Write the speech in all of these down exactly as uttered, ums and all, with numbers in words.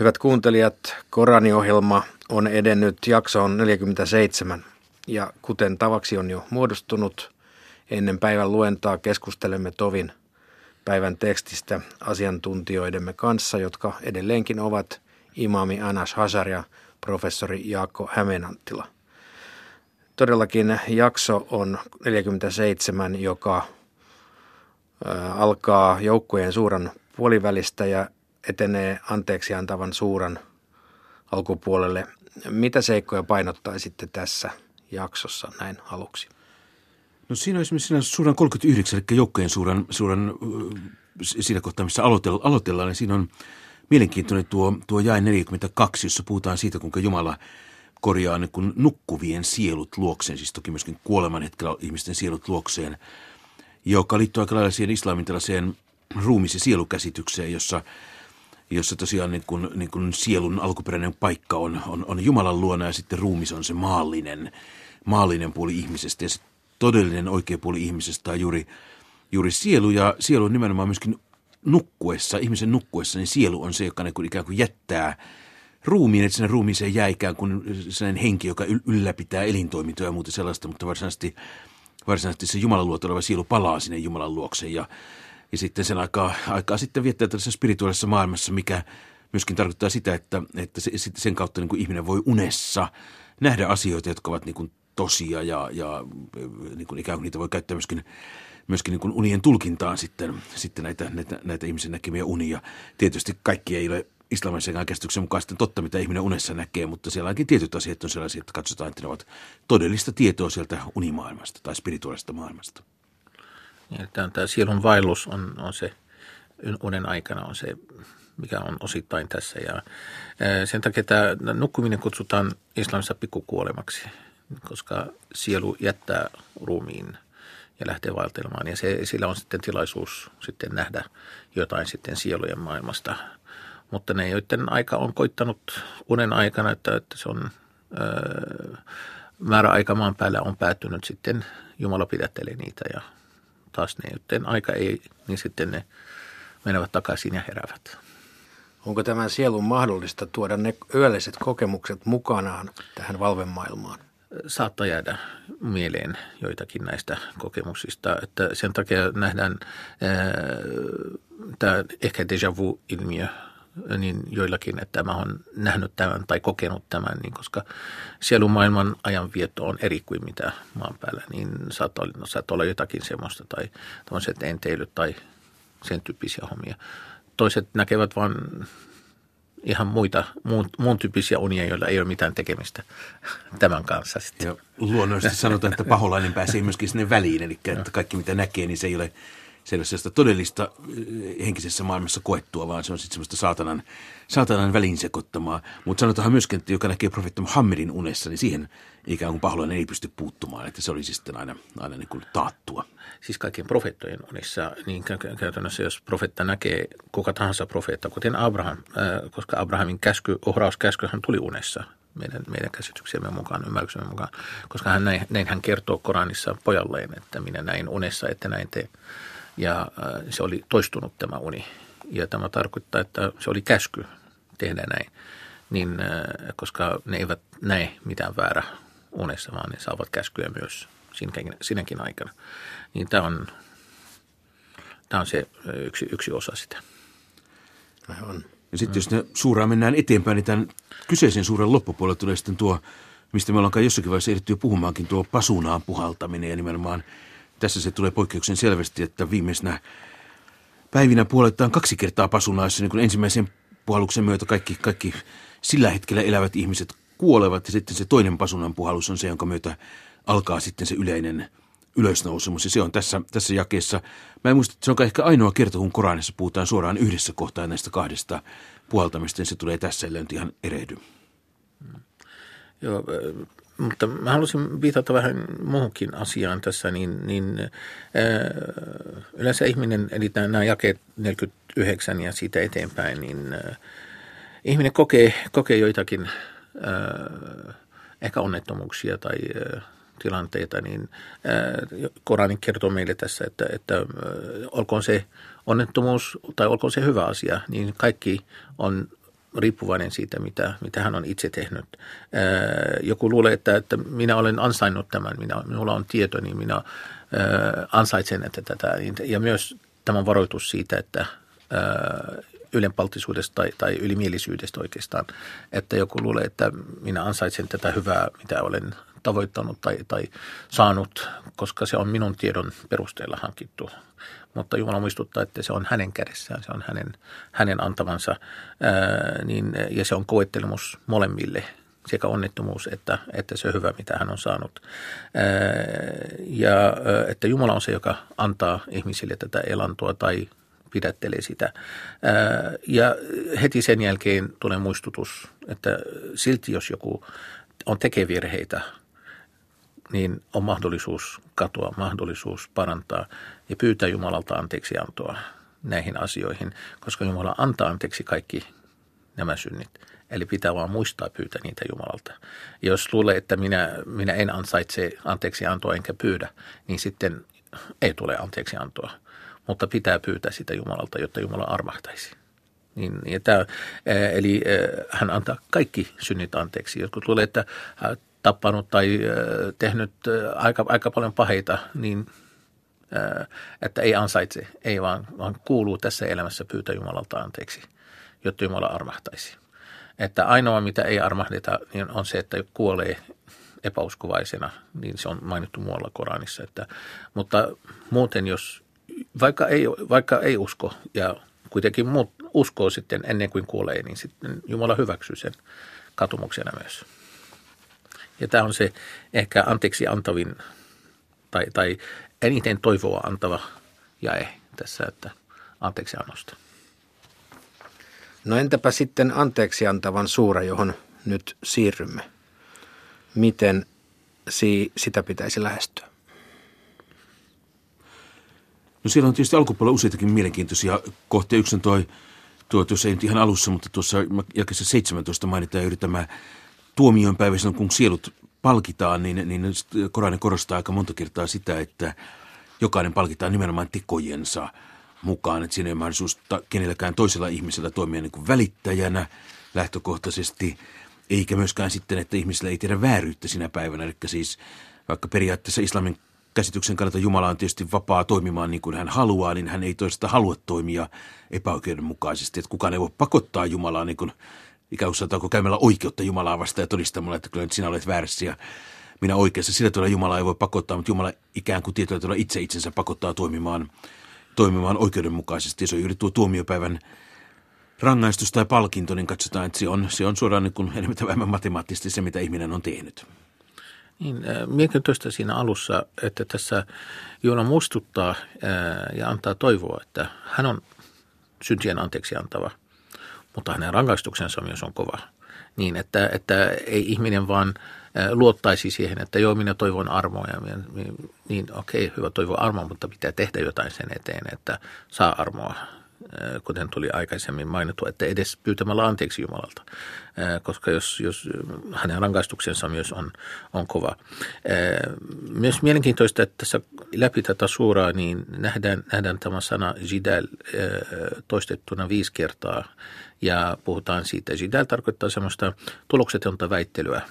Hyvät kuuntelijat, Koraniohjelma on edennyt jaksoon neljäkymmentäseitsemän ja kuten tavaksi on jo muodostunut, ennen päivän luentaa keskustelemme tovin päivän tekstistä asiantuntijoidemme kanssa, jotka edelleenkin ovat imaami Anas Hazar ja professori Jaakko Hämeenanttila. Todellakin jakso on neljäkymmentäseitsemän, joka alkaa joukkojen suuran puolivälistä ja etenee anteeksi antavan suuran alkupuolelle. Mitä seikkoja painottaisitte tässä jaksossa näin aluksi? No siinä on esimerkiksi siinä suuran kolmekymmentäyhdeksän, eli joukkojen suuran, suuran siinä kohtaa, missä aloitellaan, niin siinä on mielenkiintoinen tuo, tuo jae neljäkymmentäkaksi, jossa puhutaan siitä, kuinka Jumala korjaa niin kuin nukkuvien sielut luokseen, siis toki myöskin kuoleman hetkellä ihmisten sielut luokseen, joka liittyy aika lailla siihen islamin tällaiseen ruumis- ja sielukäsitykseen, jossa, jossa tosiaan niin kuin, niin kuin sielun alkuperäinen paikka on, on, on Jumalan luona ja sitten ruumis on se maallinen, maallinen puoli ihmisestä ja se todellinen oikea puoli ihmisestä on juuri, juuri sielu ja sielu on nimenomaan myöskin nukkuessa, ihmisen nukkuessa, niin sielu on se, joka niin kuin ikään kuin jättää ruumiin, että sinne ruumiiseen jää ikään kuin sellainen henki, joka ylläpitää elintoimintoja ja muuta sellaista, mutta varsinaisesti, varsinaisesti se Jumalan luota oleva sielu palaa sinne Jumalan luokseen ja, ja sitten sen aikaa, aikaa sitten viettää tällaisessa spirituaalisessa maailmassa, mikä myöskin tarkoittaa sitä, että, että se, sen kautta niin kuin ihminen voi unessa nähdä asioita, jotka ovat niin kuin tosia ja, ja niin kuin ikään kuin niitä voi käyttää myöskin, myöskin niin kuin unien tulkintaan sitten, sitten näitä, näitä, näitä ihmisen näkemiä unia. Tietysti kaikki ei ole islamisen käsityksen mukaan sitten totta, mitä ihminen unessa näkee, mutta siellä ainakin tietyt asiat on sellaisia, että katsotaan, että ne ovat todellista tietoa sieltä unimaailmasta tai spirituaalista maailmasta. Tämä, tämä sielun vaellus on, on se unen aikana on se, mikä on osittain tässä. Ja sen takia tämä nukkuminen kutsutaan islamissa pikkukuolemaksi, koska sielu jättää ruumiin ja lähtee vaeltelemaan. Ja se, sillä on sitten tilaisuus sitten nähdä jotain sitten sielujen maailmasta. Mutta ne, joiden aika on koittanut unen aikana, että, että se on öö, määräaika maan päällä on päättynyt, sitten Jumala pidättelee niitä ja taas ne, joiden aika ei, niin sitten ne menevät takaisin ja heräävät. Onko tämän sielun mahdollista tuoda ne yölliset kokemukset mukanaan tähän valvemaailmaan? Saattaa jäädä mieleen joitakin näistä kokemuksista, että sen takia nähdään ää, tämä ehkä déjà vu-ilmiö niin joillakin, että mä oon nähnyt tämän tai kokenut tämän, niin koska sielunmaailman ajanvietto on eri kuin mitä maan päällä, niin saattaa olla, no, saattaa olla jotakin semmoista tai tämmöiset enteilyt tai sen tyyppisiä hommia. Toiset näkevät vaan ihan muita, muun, muun tyyppisiä unia, joilla ei ole mitään tekemistä tämän kanssa. Sitten. Ja luonnollisesti sanotaan, että paholainen pääsee myöskin sinne väliin, eli että kaikki mitä näkee, niin se ei ole sellaisesta todellista henkisessä maailmassa koettua, vaan se on sitten semmoista saatanan, saatanan väliin sekoittamaa. Mutta sanotaan myöskin, että joka näkee profeetta Muhammedin unessa, niin siihen ikään kuin paholainen ei pysty puuttumaan, että se olisi sitten aina, aina niin kuin taattua. Siis kaikkien profeettojen unissa, niin käytännössä jos profeetta näkee, kuka tahansa profeetta, kuten Abraham, koska Abrahamin käsky, ohrauskäsky, hän tuli unessa meidän, meidän käsityksemme mukaan, ymmärryksemme mukaan, koska hän näin, näin hän kertoo Koranissa pojalleen, että minä näin unessa, että näin tee. Ja se oli toistunut tämä uni. Ja tämä tarkoittaa, että se oli käsky tehdä näin, niin, koska ne eivät näe mitään väärää unessa, vaan ne saavat käskyä myös sinäkin, sinäkin aikana. Niin tämä on, tämä on se yksi, yksi osa sitä. Aivan. Ja sitten jos ne suuraan mennään eteenpäin, niin tämän kyseisen suuren loppupuolella tulee sitten tuo, mistä me ollaan jossakin vaiheessa ehditty jo puhumaankin, tuo pasunaan puhaltaminen ja nimenomaan tässä se tulee poikkeuksen selvästi, että viimeisenä päivinä puoletaan kaksi kertaa pasunaissa, niin kuin ensimmäisen puhalluksen myötä kaikki, kaikki sillä hetkellä elävät ihmiset kuolevat. Ja sitten se toinen pasunan puhallus on se, jonka myötä alkaa sitten se yleinen ylösnousemus. Ja se on tässä, tässä jakeessa. Mä en muista, että se on ehkä ainoa kerta, kun Koranissa puhutaan suoraan yhdessä kohtaa näistä kahdesta puhaltamista, niin se tulee tässä, ellei nyt ihan erehdy. Joo, mutta mä haluaisin viitata vähän muuhunkin asiaan tässä, niin, niin ää, yleensä ihminen, eli nämä jakeet neljäkymmentäyhdeksän ja siitä eteenpäin, niin ää, ihminen kokee, kokee joitakin ää, ehkä onnettomuuksia tai ää, tilanteita, niin ää, Korani kertoo meille tässä, että, että ää, olkoon se onnettomuus tai olkoon se hyvä asia, niin kaikki on riippuvainen siitä, mitä, mitä hän on itse tehnyt. Joku luulee, että, että minä olen ansainnut tämän, minä, minulla on tieto, niin minä ansaitsen että tätä. Ja myös tämä varoitus siitä, että ylenpalttisuudesta tai, tai ylimielisyydestä oikeastaan, että joku luulee, että minä ansaitsen tätä hyvää, mitä olen tavoittanut tai, tai saanut, koska se on minun tiedon perusteella hankittu. Mutta Jumala muistuttaa, että se on hänen kädessään, se on hänen, hänen antavansa ää, niin, ja se on koettelemus molemmille, sekä onnettomuus että, että se hyvä, mitä hän on saanut. Ää, ja ää, että Jumala on se, joka antaa ihmisille tätä elantoa tai pidättelee sitä. Ää, ja heti sen jälkeen tulee muistutus, että silti jos joku on tekee virheitä, niin on mahdollisuus katua, mahdollisuus parantaa ja pyytää Jumalalta anteeksiantoa näihin asioihin, koska Jumala antaa anteeksi kaikki nämä synnit. Eli pitää vaan muistaa pyytää niitä Jumalalta. Ja jos luulee, että minä, minä en ansaitse anteeksiantoa enkä pyydä, niin sitten ei tule anteeksiantoa. Mutta pitää pyytää sitä Jumalalta, jotta Jumala armahtaisi. Niin, ja tämä, eli hän antaa kaikki synnit anteeksi. Jotkut luulee, että tappanut tai tehnyt aika, aika paljon paheita, niin että ei ansaitse, ei vaan, vaan kuuluu tässä elämässä pyytää Jumalalta anteeksi, jotta Jumala armahtaisi. Että ainoa, mitä ei armahdeta, niin on se, että kuolee epäuskovaisena, niin se on mainittu muualla Koranissa. Että, mutta muuten, jos vaikka ei, vaikka ei usko ja kuitenkin muut uskoo sitten ennen kuin kuolee, niin sitten Jumala hyväksyy sen katumuksena myös. Ja tämä on se ehkä anteeksi antavin tai, tai eniten toivoa antava jae tässä, että anteeksi annosta. No entäpä sitten anteeksi antavan suura, johon nyt siirrymme? Miten si- sitä pitäisi lähestyä? No siellä on tietysti alkupuolella useitakin mielenkiintoisia kohtia. Yksi on toi, tuo tuossa ei nyt ihan alussa, mutta tuossa jakeessa seitsemäntoista mainitaan juuri tämä tuomionpäivä, silloin kun sielut palkitaan, niin, niin Korani korostaa aika monta kertaa sitä, että jokainen palkitaan nimenomaan tekojensa mukaan. Että siinä ei ole mahdollisuus kenelläkään toisella ihmisellä toimia niin kuin välittäjänä lähtökohtaisesti, eikä myöskään sitten, että ihmisillä ei tiedä vääryyttä sinä päivänä. Eli siis vaikka periaatteessa islamin käsityksen kannalta Jumala on tietysti vapaa toimimaan niin kuin hän haluaa, niin hän ei toista halua toimia epäoikeudenmukaisesti. Että kukaan ei voi pakottaa Jumalaa niin kuin ikään kuin sanotaanko käymällä oikeutta Jumalaa vastaan ja todistamalla, että kyllä nyt sinä olet väärässä ja minä oikeassa. Sillä tavalla Jumala ei voi pakottaa, mutta Jumala ikään kuin tietyllä tavalla itse itsensä pakottaa toimimaan, toimimaan oikeudenmukaisesti. Ja se on juuri tuo tuomiopäivän rangaistus tai palkinto, niin katsotaan, että se on, se on suoraan niin kuin enemmän tai vähemmän matemaattisesti se, mitä ihminen on tehnyt. Niin, mielenkiintoista siinä alussa, että tässä Jumala muistuttaa ja antaa toivoa, että hän on syntien anteeksi antava, mutta hänen rangaistuksensa myös on kova. Niin, että, että ei ihminen vaan luottaisi siihen, että joo, minä toivon armoa. Ja minä, niin okei, okay, hyvä toivoa armoa, mutta pitää tehdä jotain sen eteen, että saa armoa. Kuten tuli aikaisemmin mainittu, että edes pyytämällä anteeksi Jumalalta, koska jos, jos hänen rangaistuksensa myös on, on kova. Myös mielenkiintoista, että tässä läpi tätä suuraa niin nähdään, nähdään tämä sana jidal toistettuna viisi kertaa ja puhutaan siitä. Jidal tarkoittaa semmoista tuloksetonta väittelyä.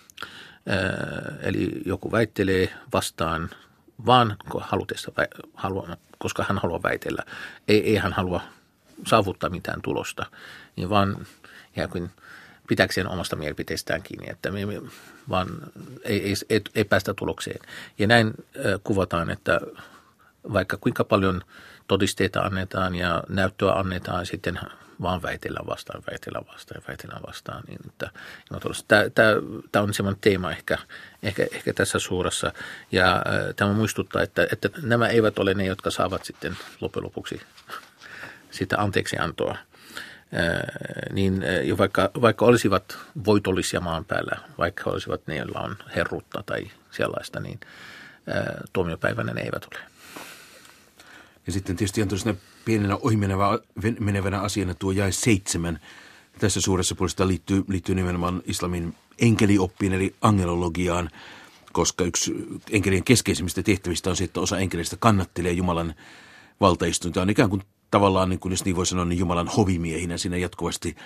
Eli joku väittelee vastaan vaan halutessa, halua, koska hän haluaa väitellä. Ei, ei hän halua saavuttaa mitään tulosta, niin vaan ikään kuin pitääkseen omasta mielipiteestään kiinni, että me, me, vaan ei, ei, ei, ei päästä tulokseen. Ja näin äh, kuvataan, että vaikka kuinka paljon todisteita annetaan ja näyttöä annetaan, sitten vaan väitellään vastaan, väitellään vastaan ja väitellään vastaan. Niin että, tämä, tämä, tämä on semmoinen teema ehkä, ehkä, ehkä tässä suurassa. Ja äh, tämä muistuttaa, että, että nämä eivät ole ne, jotka saavat sitten loppujen lopuksi sitä anteeksiantoa. Äh, niin äh, vaikka, vaikka olisivat voitollisia maan päällä, vaikka olisivat ne, joilla on herruutta tai sellaista, niin äh, tuomiopäivänä ne eivät ole. Ja sitten tietysti on tosiaan pienenä ohimenevänä asiana tuo jae seitsemän. Tässä suuressa puolesta liittyy, liittyy nimenomaan islamin enkelioppiin eli angelologiaan, koska yksi enkelien keskeisimmistä tehtävistä on se, että osa enkeleistä kannattelee Jumalan valtaistuntoa. On ikään kuin tavallaan, niin kuin jos niin voi sanoa, niin Jumalan hovimiehinä siinä jatkuvasti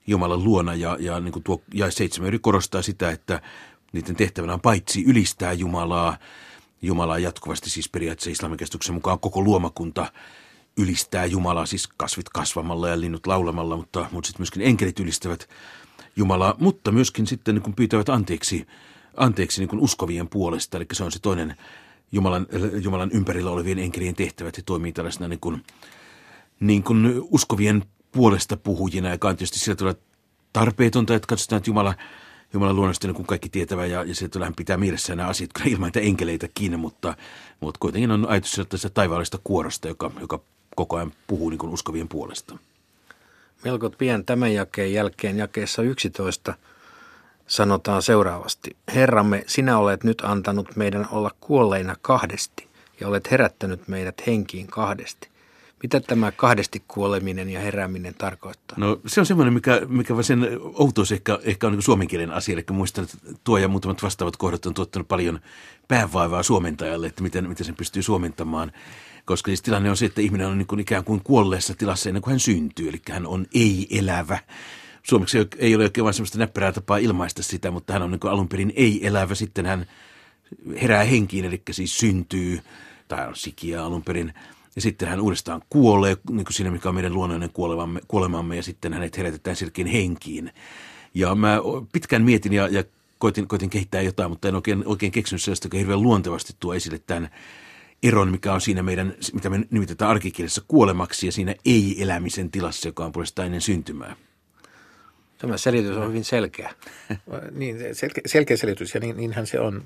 Jumalan luona ja, ja niin kuin tuo jae seitsemän yli korostaa sitä, että niiden tehtävänä on paitsi ylistää Jumalaa, Jumalaa jatkuvasti siis periaatteessa islamin käsityksen mukaan koko luomakunta ylistää Jumalaa, siis kasvit kasvamalla ja linnut laulamalla, mutta, mutta sitten myöskin enkelit ylistävät Jumalaa, mutta myöskin sitten niin kuin pyytävät anteeksi, anteeksi niin kuin uskovien puolesta, eli se on se toinen Jumalan, Jumalan ympärillä olevien enkelien tehtävät, he toimii tällaisena niin kuin, niin kuin uskovien puolesta puhujina, joka on tietysti sillä tavalla tarpeetonta, että katsotaan, että Jumala, Jumalan luonnollisesti niin kuin kaikki tietävä ja, ja sieltä hän pitää mielessään nämä asiat kyllä ilman niitä enkeleitä kiinni, mutta, mutta kuitenkin on ajatus sieltä taivaallista kuorosta, joka, joka koko ajan puhuu niin kuin uskovien puolesta. Melko pian tämän jakeen jälkeen jakeessa yksitoista sanotaan seuraavasti. Herramme, sinä olet nyt antanut meidän olla kuolleina kahdesti ja olet herättänyt meidät henkiin kahdesti. Mitä tämä kahdesti kuoleminen ja herääminen tarkoittaa? No se on semmoinen, mikä, mikä sen outous ehkä, ehkä on niin suomen kielen asia. Eli muistan, että tuo ja muutamat vastaavat kohdat on tuottanut paljon päävaivaa suomentajalle, että miten, miten sen pystyy suomentamaan. Koska siis tilanne on se, että ihminen on niin kuin ikään kuin kuolleessa tilassa ennen kuin hän syntyy, eli hän on ei-elävä. Suomeksi ei ole oikein vain semmoista näppärää tapaa ilmaista sitä, mutta hän on niin kuin alun perin ei-elävä. Sitten hän herää henkiin, eli siis syntyy, tai on sikiä alun perin. Ja sitten hän uudestaan kuolee, niin kuin siinä mikä on meidän luonnollinen kuolemamme, kuolemamme, ja sitten hänet herätetään silkin henkiin. Ja mä pitkään mietin ja, ja koitin, koitin kehittää jotain, mutta en oikein, oikein keksinyt sellaista, joka hirveän luontevasti tuo esille tämän eron, mikä on siinä meidän, mitä me nimitetään arkikielessä kuolemaksi, ja siinä ei-elämisen tilassa, joka on puolestaan ennen syntymää. Tämä selitys on hyvin selkeä. niin, selkeä, selkeä selitys, ja niin, niinhän se on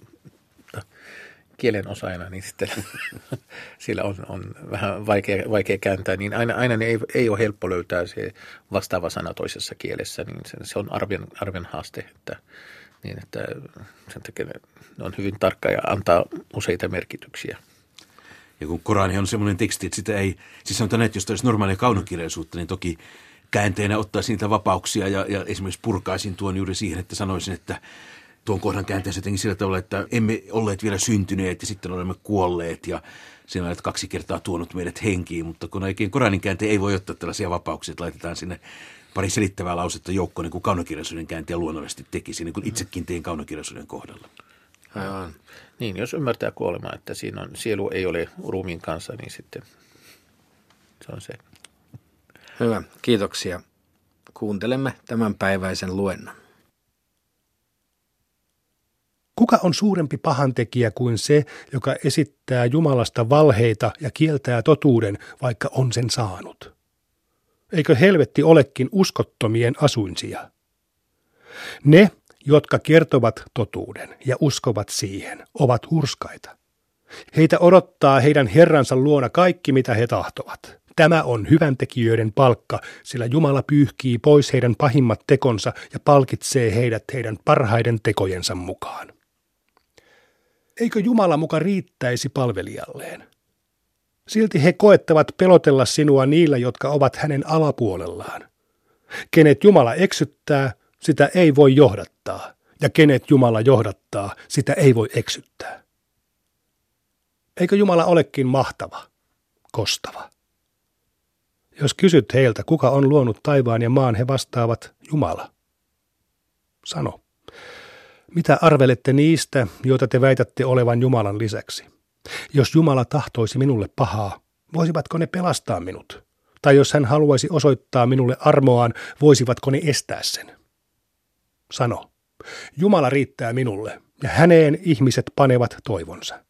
kielen osaajana, niin sitten sillä on, on vähän vaikea, vaikea kääntää, niin aina, aina ei, ei ole helppo löytää se vastaava sana toisessa kielessä, niin se, se on arvion, arvion haaste, että, niin että sen takia on hyvin tarkka ja antaa useita merkityksiä. Ja kun Korani on semmoinen teksti, että sitä ei, siis sanotaan, että jos olisi normaalia kaunokirjallisuutta, niin toki käänteenä ottaisin niitä vapauksia ja, ja esimerkiksi purkaisin tuon juuri siihen, että sanoisin, että tuon kohdan kääntäisi jotenkin sillä tavalla, että emme olleet vielä syntyneet ja sitten olemme kuolleet ja siinä olet kaksi kertaa tuonut meidät henkiin, mutta kun oikein Koranin käänteen ei voi ottaa tällaisia vapauksia, että laitetaan sinne pari selittävää lausetta joukkoon, niin kuin kaunokirjallisuuden kääntäjä luonnollisesti tekisi, niin kuin itsekin tein kaunokirjallisuuden kohdalla. Aivan. Niin, jos ymmärtää kuolemaa, että siinä on, sielu ei ole ruumiin kanssa, niin sitten se on se. Hyvä, kiitoksia. Kuuntelemme tämänpäiväisen luennon. Kuka on suurempi pahantekijä kuin se, joka esittää Jumalasta valheita ja kieltää totuuden, vaikka on sen saanut? Eikö helvetti olekin uskottomien asuinsija? Ne, jotka kertovat totuuden ja uskovat siihen, ovat hurskaita. Heitä odottaa heidän Herransa luona kaikki, mitä he tahtovat. Tämä on hyväntekijöiden palkka, sillä Jumala pyyhkii pois heidän pahimmat tekonsa ja palkitsee heidät heidän parhaiden tekojensa mukaan. Eikö Jumala muka riittäisi palvelijalleen? Silti he koettavat pelotella sinua niillä, jotka ovat hänen alapuolellaan. Kenet Jumala eksyttää, sitä ei voi johdattaa, ja kenet Jumala johdattaa, sitä ei voi eksyttää. Eikö Jumala olekin mahtava, kostava? Jos kysyt heiltä, kuka on luonut taivaan ja maan, he vastaavat Jumala. Sano, mitä arvelette niistä, joita te väitätte olevan Jumalan lisäksi? Jos Jumala tahtoisi minulle pahaa, voisivatko ne pelastaa minut? Tai jos hän haluaisi osoittaa minulle armoaan, voisivatko ne estää sen? Sano, Jumala riittää minulle, ja häneen ihmiset panevat toivonsa.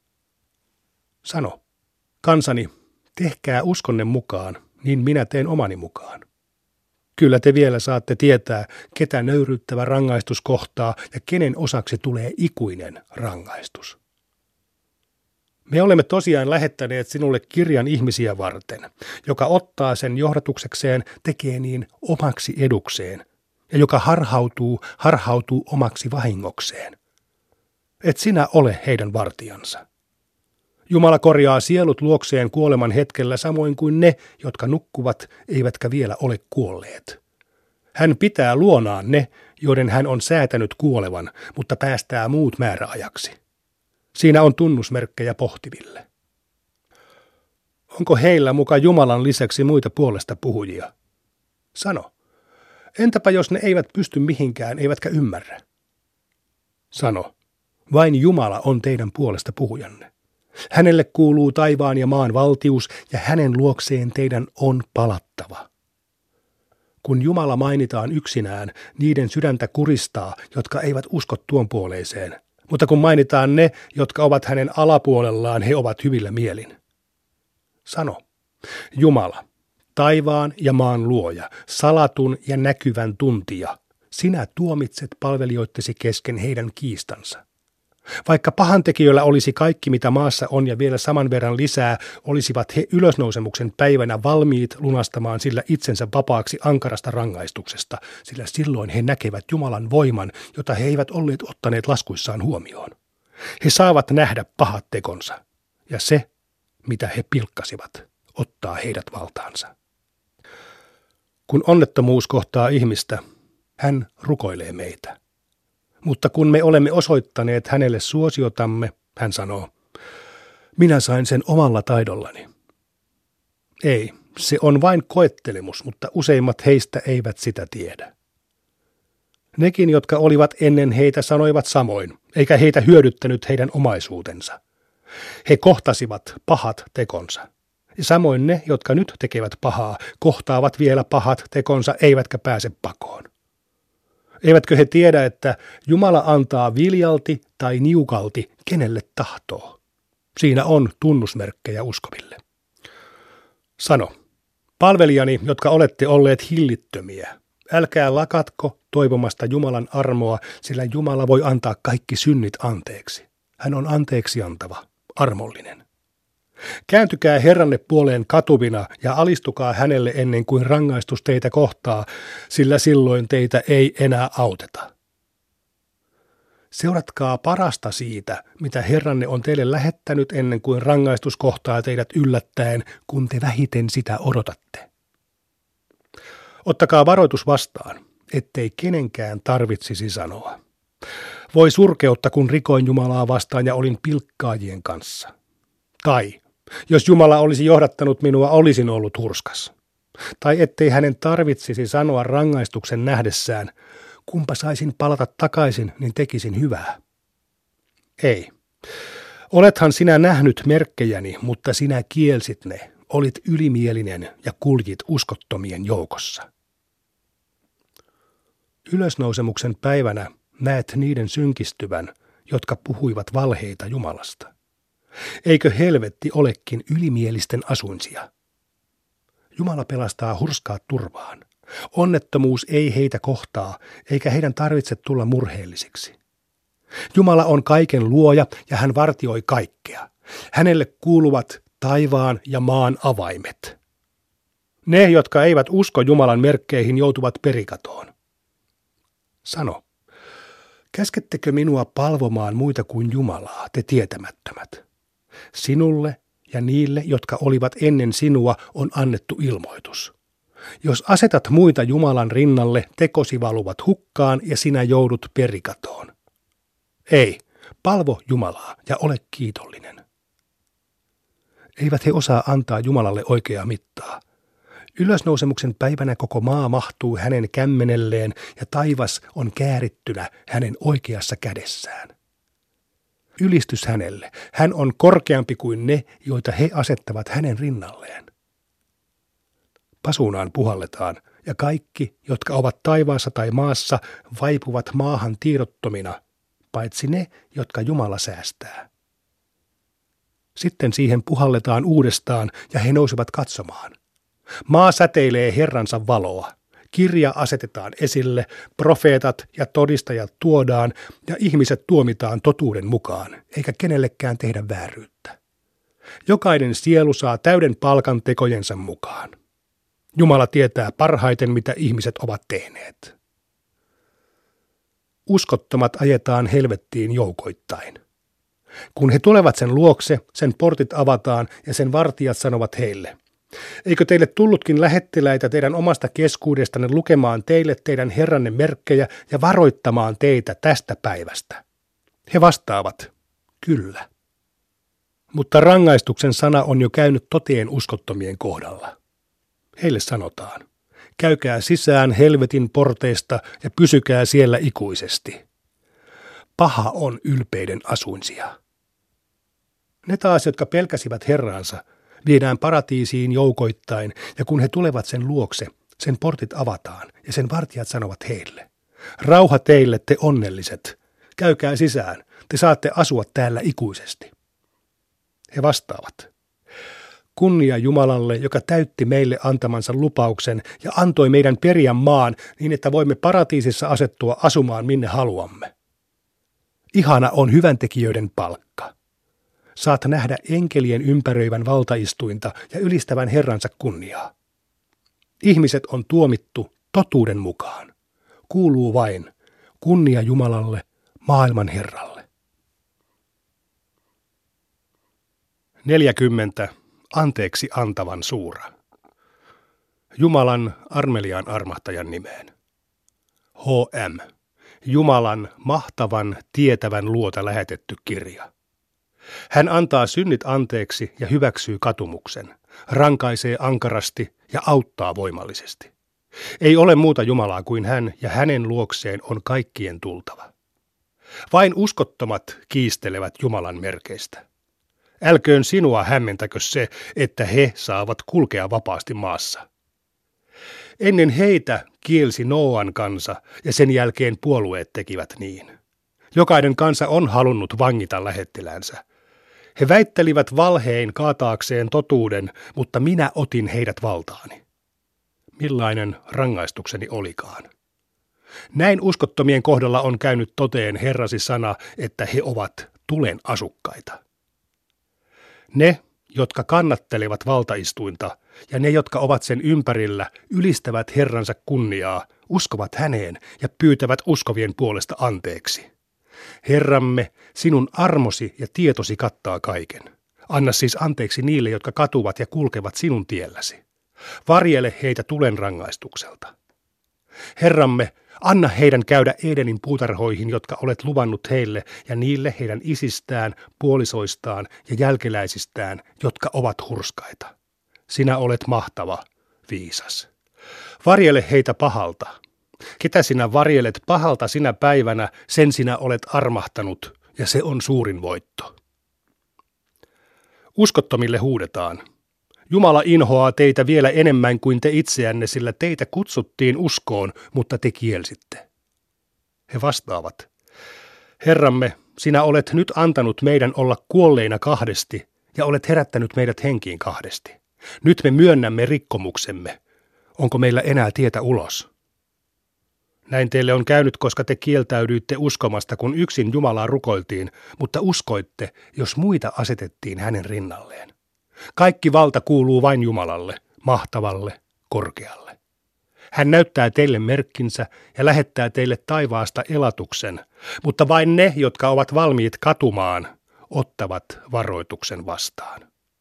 Sano, kansani, tehkää uskonne mukaan, niin minä teen omani mukaan. Kyllä te vielä saatte tietää, ketä nöyryyttävä rangaistus kohtaa ja kenen osaksi tulee ikuinen rangaistus. Me olemme tosiaan lähettäneet sinulle kirjan ihmisiä varten, joka ottaa sen johdatuksekseen, tekee niin omaksi edukseen, ja joka harhautuu, harhautuu omaksi vahingokseen. Et sinä ole heidän vartijansa. Jumala korjaa sielut luokseen kuoleman hetkellä samoin kuin ne, jotka nukkuvat, eivätkä vielä ole kuolleet. Hän pitää luonaan ne, joiden hän on säätänyt kuolevan, mutta päästää muut määräajaksi. Siinä on tunnusmerkkejä pohtiville. Onko heillä muka Jumalan lisäksi muita puolesta puhujia? Sano, Entäpä jos ne eivät pysty mihinkään, eivätkä ymmärrä? Sano, vain Jumala on teidän puolesta puhujanne. Hänelle kuuluu taivaan ja maan valtius, ja hänen luokseen teidän on palattava. Kun Jumala mainitaan yksinään, niiden sydäntä kuristaa, jotka eivät usko tuon puoleiseen. Mutta kun mainitaan ne, jotka ovat hänen alapuolellaan, he ovat hyvillä mielin. Sano, Jumala, taivaan ja maan luoja, salatun ja näkyvän tuntija, sinä tuomitset palvelijoittesi kesken heidän kiistansa. Vaikka pahantekijöillä olisi kaikki, mitä maassa on ja vielä saman verran lisää, olisivat he ylösnousemuksen päivänä valmiit lunastamaan sillä itsensä vapaaksi ankarasta rangaistuksesta, sillä silloin he näkevät Jumalan voiman, jota he eivät olleet ottaneet laskuissaan huomioon. He saavat nähdä pahat tekonsa, ja se, mitä he pilkkasivat, ottaa heidät valtaansa. Kun onnettomuus kohtaa ihmistä, hän rukoilee meitä. Mutta kun me olemme osoittaneet hänelle suosiotamme, hän sanoo, minä sain sen omalla taidollani. Ei, se on vain koettelemus, mutta useimmat heistä eivät sitä tiedä. Nekin, jotka olivat ennen heitä, sanoivat samoin, eikä heitä hyödyttänyt heidän omaisuutensa. He kohtasivat pahat tekonsa. Ja samoin ne, jotka nyt tekevät pahaa, kohtaavat vielä pahat tekonsa, eivätkä pääse pakoon. Eivätkö he tiedä, että Jumala antaa viljalti tai niukalti, kenelle tahtoo? Siinä on tunnusmerkkejä uskoville. Sano, palvelijani, jotka olette olleet hillittömiä, älkää lakatko toivomasta Jumalan armoa, sillä Jumala voi antaa kaikki synnit anteeksi. Hän on anteeksi antava, armollinen. Kääntykää Herranne puoleen katuvina ja alistukaa hänelle ennen kuin rangaistus teitä kohtaa, sillä silloin teitä ei enää auteta. Seuratkaa parasta siitä, mitä Herranne on teille lähettänyt ennen kuin rangaistus kohtaa teidät yllättäen, kun te vähiten sitä odotatte. Ottakaa varoitus vastaan, ettei kenenkään tarvitsisi sanoa. Voi surkeutta, kun rikoin Jumalaa vastaan ja olin pilkkaajien kanssa. Tai jos Jumala olisi johdattanut minua, olisin ollut hurskas. Tai ettei hänen tarvitsisi sanoa rangaistuksen nähdessään, kumpa saisin palata takaisin, niin tekisin hyvää. Ei. Olethan sinä nähnyt merkkejäni, mutta sinä kielsit ne, olit ylimielinen ja kuljit uskottomien joukossa. Ylösnousemuksen päivänä näet niiden synkistyvän, jotka puhuivat valheita Jumalasta. Eikö helvetti olekin ylimielisten asuinsia? Jumala pelastaa hurskaat turvaan. Onnettomuus ei heitä kohtaa, eikä heidän tarvitse tulla murheellisiksi. Jumala on kaiken luoja ja hän vartioi kaikkea. Hänelle kuuluvat taivaan ja maan avaimet. Ne, jotka eivät usko Jumalan merkkeihin, joutuvat perikatoon. Sano, käskettekö minua palvomaan muita kuin Jumalaa, te tietämättömät? Sinulle ja niille, jotka olivat ennen sinua, on annettu ilmoitus. Jos asetat muita Jumalan rinnalle, tekosi valuvat hukkaan ja sinä joudut perikatoon. Ei, palvo Jumalaa ja ole kiitollinen. Eivät he osaa antaa Jumalalle oikeaa mittaa. Ylösnousemuksen päivänä koko maa mahtuu hänen kämmenelleen ja taivas on käärittynä hänen oikeassa kädessään. Ylistys hänelle. Hän on korkeampi kuin ne, joita he asettavat hänen rinnalleen. Pasuunaan puhalletaan, ja kaikki, jotka ovat taivaassa tai maassa, vaipuvat maahan tiedottomina, paitsi ne, jotka Jumala säästää. Sitten siihen puhalletaan uudestaan, ja he nousevat katsomaan. Maa säteilee Herransa valoa. Kirja asetetaan esille, profeetat ja todistajat tuodaan, ja ihmiset tuomitaan totuuden mukaan, eikä kenellekään tehdä vääryyttä. Jokainen sielu saa täyden palkan tekojensa mukaan. Jumala tietää parhaiten, mitä ihmiset ovat tehneet. Uskottomat ajetaan helvettiin joukoittain. Kun he tulevat sen luokse, sen portit avataan ja sen vartijat sanovat heille, eikö teille tullutkin lähettiläitä teidän omasta keskuudestanne lukemaan teille teidän Herranne merkkejä ja varoittamaan teitä tästä päivästä? He vastaavat, kyllä. Mutta rangaistuksen sana on jo käynyt toteen uskottomien kohdalla. Heille sanotaan, Käykää sisään helvetin porteista ja pysykää siellä ikuisesti. Paha on ylpeiden asuinsia. Ne taas, jotka pelkäsivät Herraansa, viedään paratiisiin joukoittain, ja kun he tulevat sen luokse, sen portit avataan, ja sen vartijat sanovat heille: rauha teille, te onnelliset, käykää sisään, te saatte asua täällä ikuisesti. He vastaavat: kunnia Jumalalle, joka täytti meille antamansa lupauksen ja antoi meidän periä maan niin, että voimme paratiisissa asettua asumaan minne haluamme. Ihana on hyväntekijöiden palkka. Saat nähdä enkelien ympäröivän valtaistuinta ja ylistävän Herransa kunniaa. Ihmiset on tuomittu totuuden mukaan. Kuuluu vain kunnia Jumalalle, maailman Herralle. neljäkymmentä. Anteeksi antavan suura. Jumalan armeliaan armahtajan nimeen. H M. Jumalan mahtavan, tietävän luota lähetetty kirja. Hän antaa synnit anteeksi ja hyväksyy katumuksen, rankaisee ankarasti ja auttaa voimallisesti. Ei ole muuta Jumalaa kuin hän, ja hänen luokseen on kaikkien tultava. Vain uskottomat kiistelevät Jumalan merkeistä. Älköön sinua hämmentäkö se, että he saavat kulkea vapaasti maassa. Ennen heitä kielsi Nooan kansa, ja sen jälkeen puolueet tekivät niin. Jokainen kansa on halunnut vangita lähettilänsä. He väittelivät valhein kaataakseen totuuden, mutta minä otin heidät valtaani. Millainen rangaistukseni olikaan? Näin uskottomien kohdalla on käynyt toteen Herrasi sana, että he ovat tulen asukkaita. Ne, jotka kannattelevat valtaistuinta, ja ne, jotka ovat sen ympärillä, ylistävät Herransa kunniaa, uskovat häneen ja pyytävät uskovien puolesta anteeksi. Herramme, sinun armosi ja tietosi kattaa kaiken. Anna siis anteeksi niille, jotka katuvat ja kulkevat sinun tielläsi. Varjele heitä tulen rangaistukselta. Herramme, anna heidän käydä Edenin puutarhoihin, jotka olet luvannut heille, ja niille heidän isistään, puolisoistaan ja jälkeläisistään, jotka ovat hurskaita. Sinä olet mahtava, viisas. Varjele heitä pahalta. Ketä sinä varjelet pahalta sinä päivänä, sen sinä olet armahtanut, ja se on suurin voitto. Uskottomille huudetaan: Jumala inhoaa teitä vielä enemmän kuin te itseänne, sillä teitä kutsuttiin uskoon, mutta te kielsitte. He vastaavat: Herramme, sinä olet nyt antanut meidän olla kuolleina kahdesti, ja olet herättänyt meidät henkiin kahdesti. Nyt me myönnämme rikkomuksemme. Onko meillä enää tietä ulos? Näin teille on käynyt, koska te kieltäydyitte uskomasta, kun yksin Jumalaa rukoiltiin, mutta uskoitte, jos muita asetettiin hänen rinnalleen. Kaikki valta kuuluu vain Jumalalle, mahtavalle, korkealle. Hän näyttää teille merkkinsä ja lähettää teille taivaasta elatuksen, mutta vain ne, jotka ovat valmiit katumaan, ottavat varoituksen vastaan.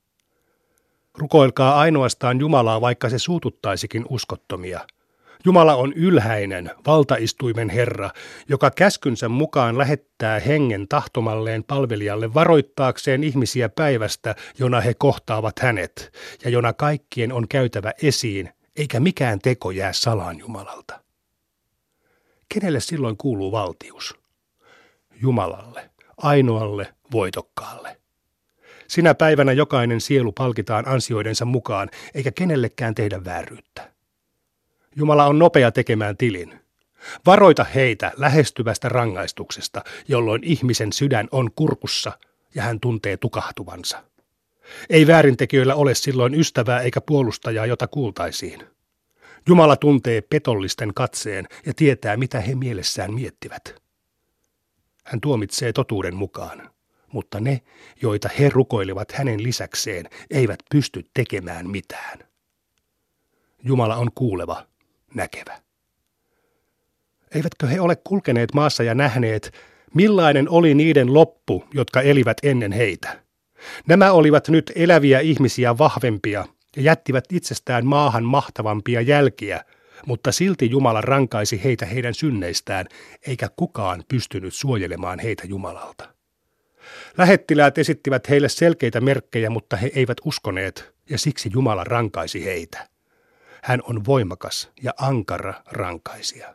Rukoilkaa ainoastaan Jumalaa, vaikka se suututtaisikin uskottomia. Jumala on ylhäinen, valtaistuimen Herra, joka käskynsä mukaan lähettää hengen tahtomalleen palvelijalle varoittaakseen ihmisiä päivästä, jona he kohtaavat hänet, ja jona kaikkien on käytävä esiin, eikä mikään teko jää salaan Jumalalta. Kenelle silloin kuuluu valtius? Jumalalle, ainoalle voitokkaalle. Sinä päivänä jokainen sielu palkitaan ansioidensa mukaan, eikä kenellekään tehdä vääryyttä. Jumala on nopea tekemään tilin. Varoita heitä lähestyvästä rangaistuksesta, jolloin ihmisen sydän on kurkussa ja hän tuntee tukahtuvansa. Ei väärintekijöillä ole silloin ystävää eikä puolustajaa, jota kuultaisiin. Jumala tuntee petollisten katseen ja tietää, mitä he mielessään miettivät. Hän tuomitsee totuuden mukaan, mutta ne, joita he rukoilevat hänen lisäkseen, eivät pysty tekemään mitään. Jumala on kuuleva, näkevä. Eivätkö he ole kulkeneet maassa ja nähneet, millainen oli niiden loppu, jotka elivät ennen heitä? Nämä olivat nyt eläviä ihmisiä vahvempia ja jättivät itsestään maahan mahtavampia jälkiä, mutta silti Jumala rankaisi heitä heidän synneistään, eikä kukaan pystynyt suojelemaan heitä Jumalalta. Lähettiläät esittivät heille selkeitä merkkejä, mutta he eivät uskoneet, ja siksi Jumala rankaisi heitä. Hän on voimakas ja ankara rankaisija.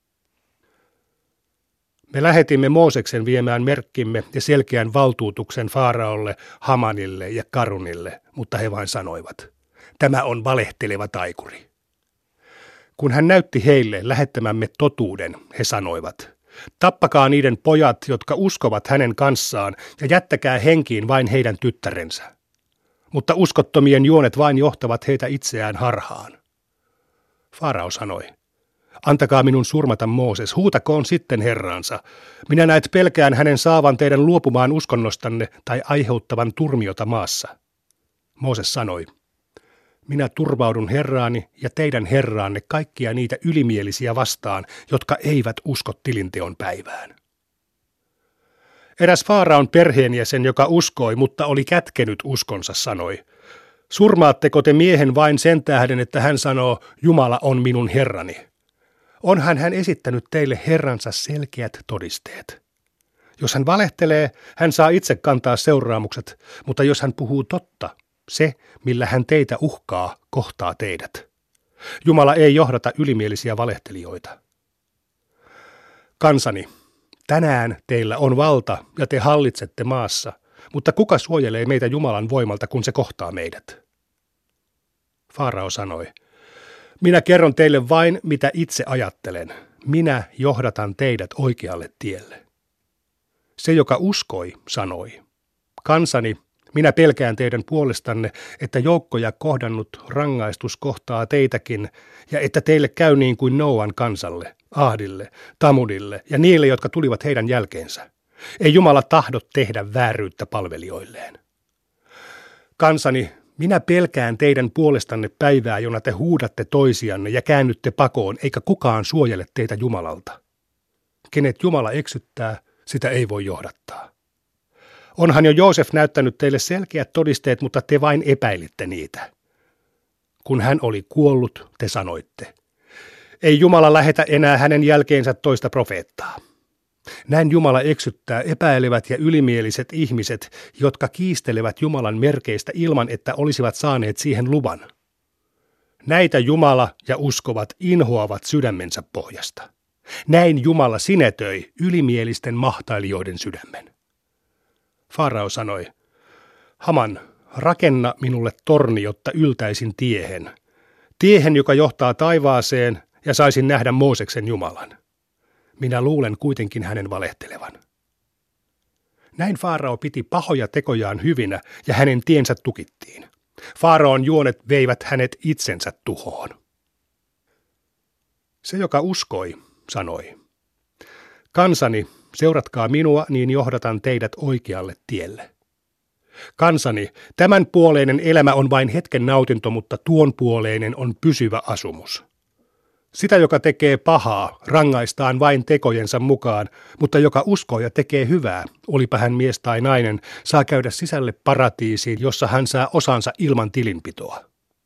Me lähetimme Mooseksen viemään merkkimme ja selkeän valtuutuksen Faaraolle, Hamanille ja Karunille, mutta he vain sanoivat, tämä on valehteleva taikuri. Kun hän näytti heille lähettämämme totuuden, he sanoivat, tappakaa niiden pojat, jotka uskovat hänen kanssaan, ja jättäkää henkiin vain heidän tyttärensä. Mutta uskottomien juonet vain johtavat heitä itseään harhaan. Faarao sanoi, antakaa minun surmata Mooses, huutakoon sitten herraansa. Minä näet pelkään hänen saavan teidän luopumaan uskonnostanne tai aiheuttavan turmiota maassa. Mooses sanoi, minä turvaudun herraani ja teidän herraanne kaikkia niitä ylimielisiä vastaan, jotka eivät usko tilinteon päivään. Eräs Faaraon perheenjäsen, joka uskoi, mutta oli kätkenyt uskonsa, sanoi, surmaatteko te miehen vain sen tähden, että hän sanoo, Jumala on minun herrani? Onhan hän esittänyt teille herransa selkeät todisteet. Jos hän valehtelee, hän saa itse kantaa seuraamukset, mutta jos hän puhuu totta, se, millä hän teitä uhkaa, kohtaa teidät. Jumala ei johdata ylimielisiä valehtelijoita. Kansani, tänään teillä on valta ja te hallitsette maassa, mutta kuka suojelee meitä Jumalan voimalta, kun se kohtaa meidät? Faarao sanoi, minä kerron teille vain, mitä itse ajattelen. Minä johdatan teidät oikealle tielle. Se, joka uskoi, sanoi, kansani, minä pelkään teidän puolestanne, että joukkoja kohdannut rangaistus kohtaa teitäkin, ja että teille käy niin kuin Nooan kansalle, Ahdille, Tamudille ja niille, jotka tulivat heidän jälkeensä. Ei Jumala tahdo tehdä vääryyttä palvelijoilleen. Kansani, minä pelkään teidän puolestanne päivää, jona te huudatte toisianne ja käännytte pakoon, eikä kukaan suojele teitä Jumalalta. Kenet Jumala eksyttää, sitä ei voi johdattaa. Onhan jo Joosef näyttänyt teille selkeät todisteet, mutta te vain epäilitte niitä. Kun hän oli kuollut, te sanoitte, ei Jumala lähetä enää hänen jälkeensä toista profeettaa. Näin Jumala eksyttää epäilevät ja ylimieliset ihmiset, jotka kiistelevät Jumalan merkeistä ilman, että olisivat saaneet siihen luvan. Näitä Jumala ja uskovat inhoavat sydämensä pohjasta. Näin Jumala sinetöi ylimielisten mahtailijoiden sydämen. Faarao sanoi, Haman, rakenna minulle torni, jotta yltäisin tiehen. Tiehen, joka johtaa taivaaseen, ja saisin nähdä Mooseksen Jumalan. Minä luulen kuitenkin hänen valehtelevan. Näin Faarao piti pahoja tekojaan hyvinä, ja hänen tiensä tukittiin. Faaraon juonet veivät hänet itsensä tuhoon. Se, joka uskoi, sanoi, kansani, seuratkaa minua, niin johdatan teidät oikealle tielle. Kansani, tämän puoleinen elämä on vain hetken nautinto, mutta tuon puoleinen on pysyvä asumus. Sitä, joka tekee pahaa, rangaistaan vain tekojensa mukaan, mutta joka uskoo ja tekee hyvää, olipa hän mies tai nainen, saa käydä sisälle paratiisiin, jossa hän saa osansa ilman tilinpitoa.